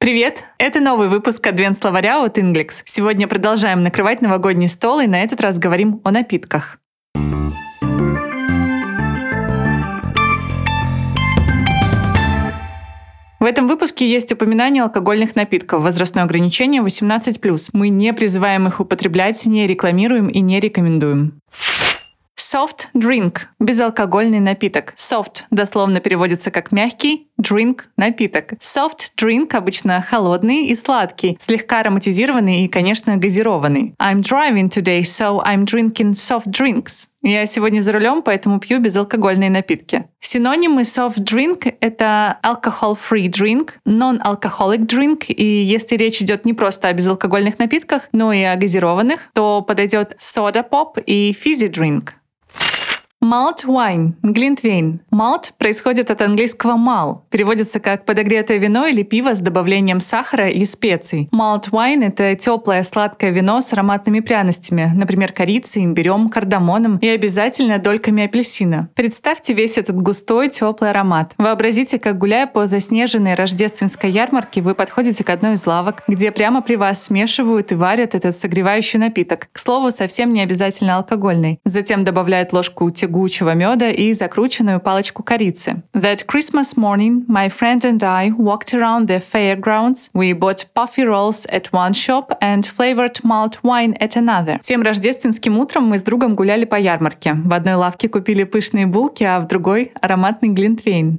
Привет! Это новый выпуск Адвент-словаря от Inglix. Сегодня продолжаем накрывать новогодний стол и на этот раз говорим о напитках. В этом выпуске есть упоминание алкогольных напитков, возрастное ограничение 18+. Мы не призываем их употреблять, не рекламируем и не рекомендуем. Soft drink – безалкогольный напиток. Soft дословно переводится как мягкий, drink – напиток. Soft drink обычно холодный и сладкий, слегка ароматизированный и, конечно, газированный. I'm driving today, so I'm drinking soft drinks. Я сегодня за рулем, поэтому пью безалкогольные напитки. Синонимы soft drink — это alcohol-free drink, non-alcoholic drink, и если речь идет не просто о безалкогольных напитках, но и о газированных, то подойдет soda pop и fizzy drink. Malt wine – глинтвейн. Malt происходит от английского mal, переводится как подогретое вино или пиво с добавлением сахара и специй. Malt wine – это теплое сладкое вино с ароматными пряностями, например, корицей, имбирем, кардамоном и обязательно дольками апельсина. Представьте весь этот густой теплый аромат. Вообразите, как, гуляя по заснеженной рождественской ярмарке, вы подходите к одной из лавок, где прямо при вас смешивают и варят этот согревающий напиток. К слову, совсем не обязательно алкогольный. Затем добавляют ложку тягучего меда и закрученную палочку корицы. That Christmas morning, my friend and I walked around the fairgrounds. We bought puffy rolls at one shop and flavored malt wine at another. Тем рождественским утром мы с другом гуляли по ярмарке. В одной лавке купили пышные булки, а в другой — ароматный глинтвейн.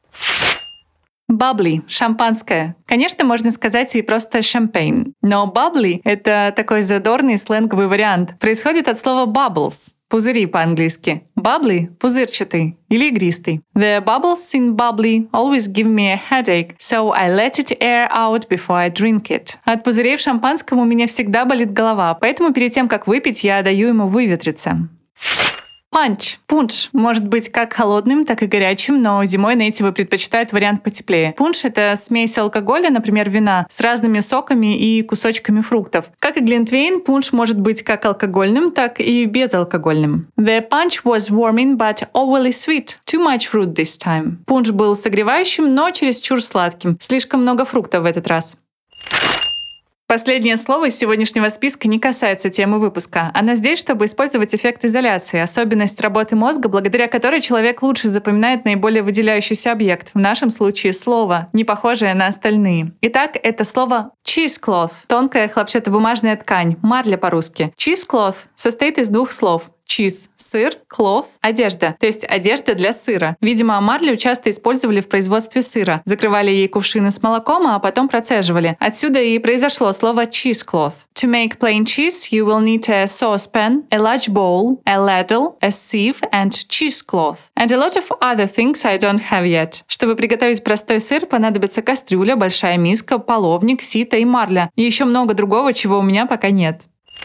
Bubbly – шампанское. Конечно, можно сказать и просто champagne. Но bubbly – это такой задорный сленговый вариант. Происходит от слова bubbles – пузыри по-английски. Bubbly – пузырчатый или игристый. The bubbles in bubbly always give me a headache, so I let it air out before I drink it. От пузырей в шампанском у меня всегда болит голова, поэтому перед тем, как выпить, я даю ему выветриться. Панч. Пунш может быть как холодным, так и горячим, но зимой нейтивы предпочитают вариант потеплее. Пунш — это смесь алкоголя, например, вина, с разными соками и кусочками фруктов. Как и глинтвейн, пунш может быть как алкогольным, так и безалкогольным. The punch was warming, but overly sweet. Too much fruit this time. Пунш был согревающим, но чересчур сладким. Слишком много фруктов в этот раз. Последнее слово из сегодняшнего списка не касается темы выпуска. Оно здесь, чтобы использовать эффект изоляции, особенность работы мозга, благодаря которой человек лучше запоминает наиболее выделяющийся объект, в нашем случае слово, не похожее на остальные. Итак, это слово cheesecloth, тонкая хлопчатобумажная ткань, марля по-русски. Cheesecloth состоит из двух слов. Cheese – сыр, cloth – одежда, то есть одежда для сыра. Видимо, марлю часто использовали в производстве сыра. Закрывали ей кувшины с молоком, а потом процеживали. Отсюда и произошло слово cheesecloth. To make plain cheese, you will need a saucepan, a large bowl, a ladle, a sieve and cheesecloth. And a lot of other things I don't have yet. Чтобы приготовить простой сыр, понадобится кастрюля, большая миска, половник, сито и марля. И еще много другого, чего у меня пока нет.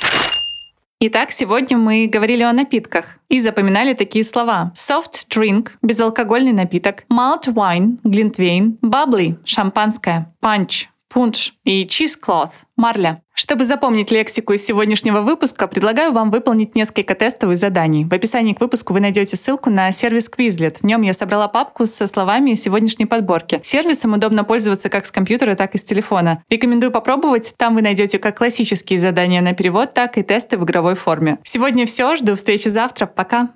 Итак, сегодня мы говорили о напитках и запоминали такие слова. Soft drink – безалкогольный напиток, malt wine – глинтвейн, bubbly – шампанское, punch – пунш и cheesecloth – марля. Чтобы запомнить лексику из сегодняшнего выпуска, предлагаю вам выполнить несколько тестовых заданий. В описании к выпуску вы найдете ссылку на сервис Quizlet. В нем я собрала папку со словами из сегодняшней подборки. Сервисом удобно пользоваться как с компьютера, так и с телефона. Рекомендую попробовать. Там вы найдете как классические задания на перевод, так и тесты в игровой форме. Сегодня все. Жду встречи завтра. Пока!